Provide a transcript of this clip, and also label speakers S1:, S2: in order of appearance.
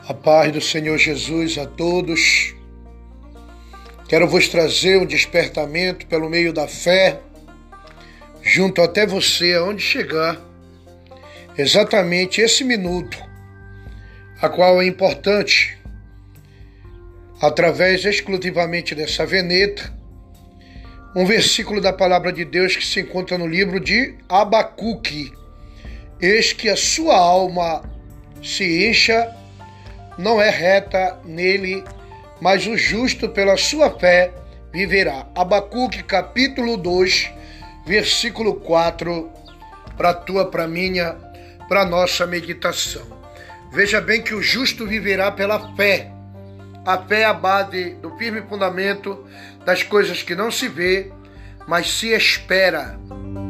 S1: A paz do Senhor Jesus a todos. Quero vos trazer um despertamento pelo meio da fé, junto até você, aonde chegar. Exatamente esse minuto, a qual é importante, através exclusivamente dessa veneta, um versículo da palavra de Deus que se encontra no livro de Abacuque. Eis que a sua alma se encha, não é reta nele, mas o justo pela sua fé viverá. Abacuque capítulo 2, versículo 4, para a tua, para a minha, para a nossa meditação. Veja bem que o justo viverá pela fé. A fé é a base do firme fundamento das coisas que não se vê, mas se espera.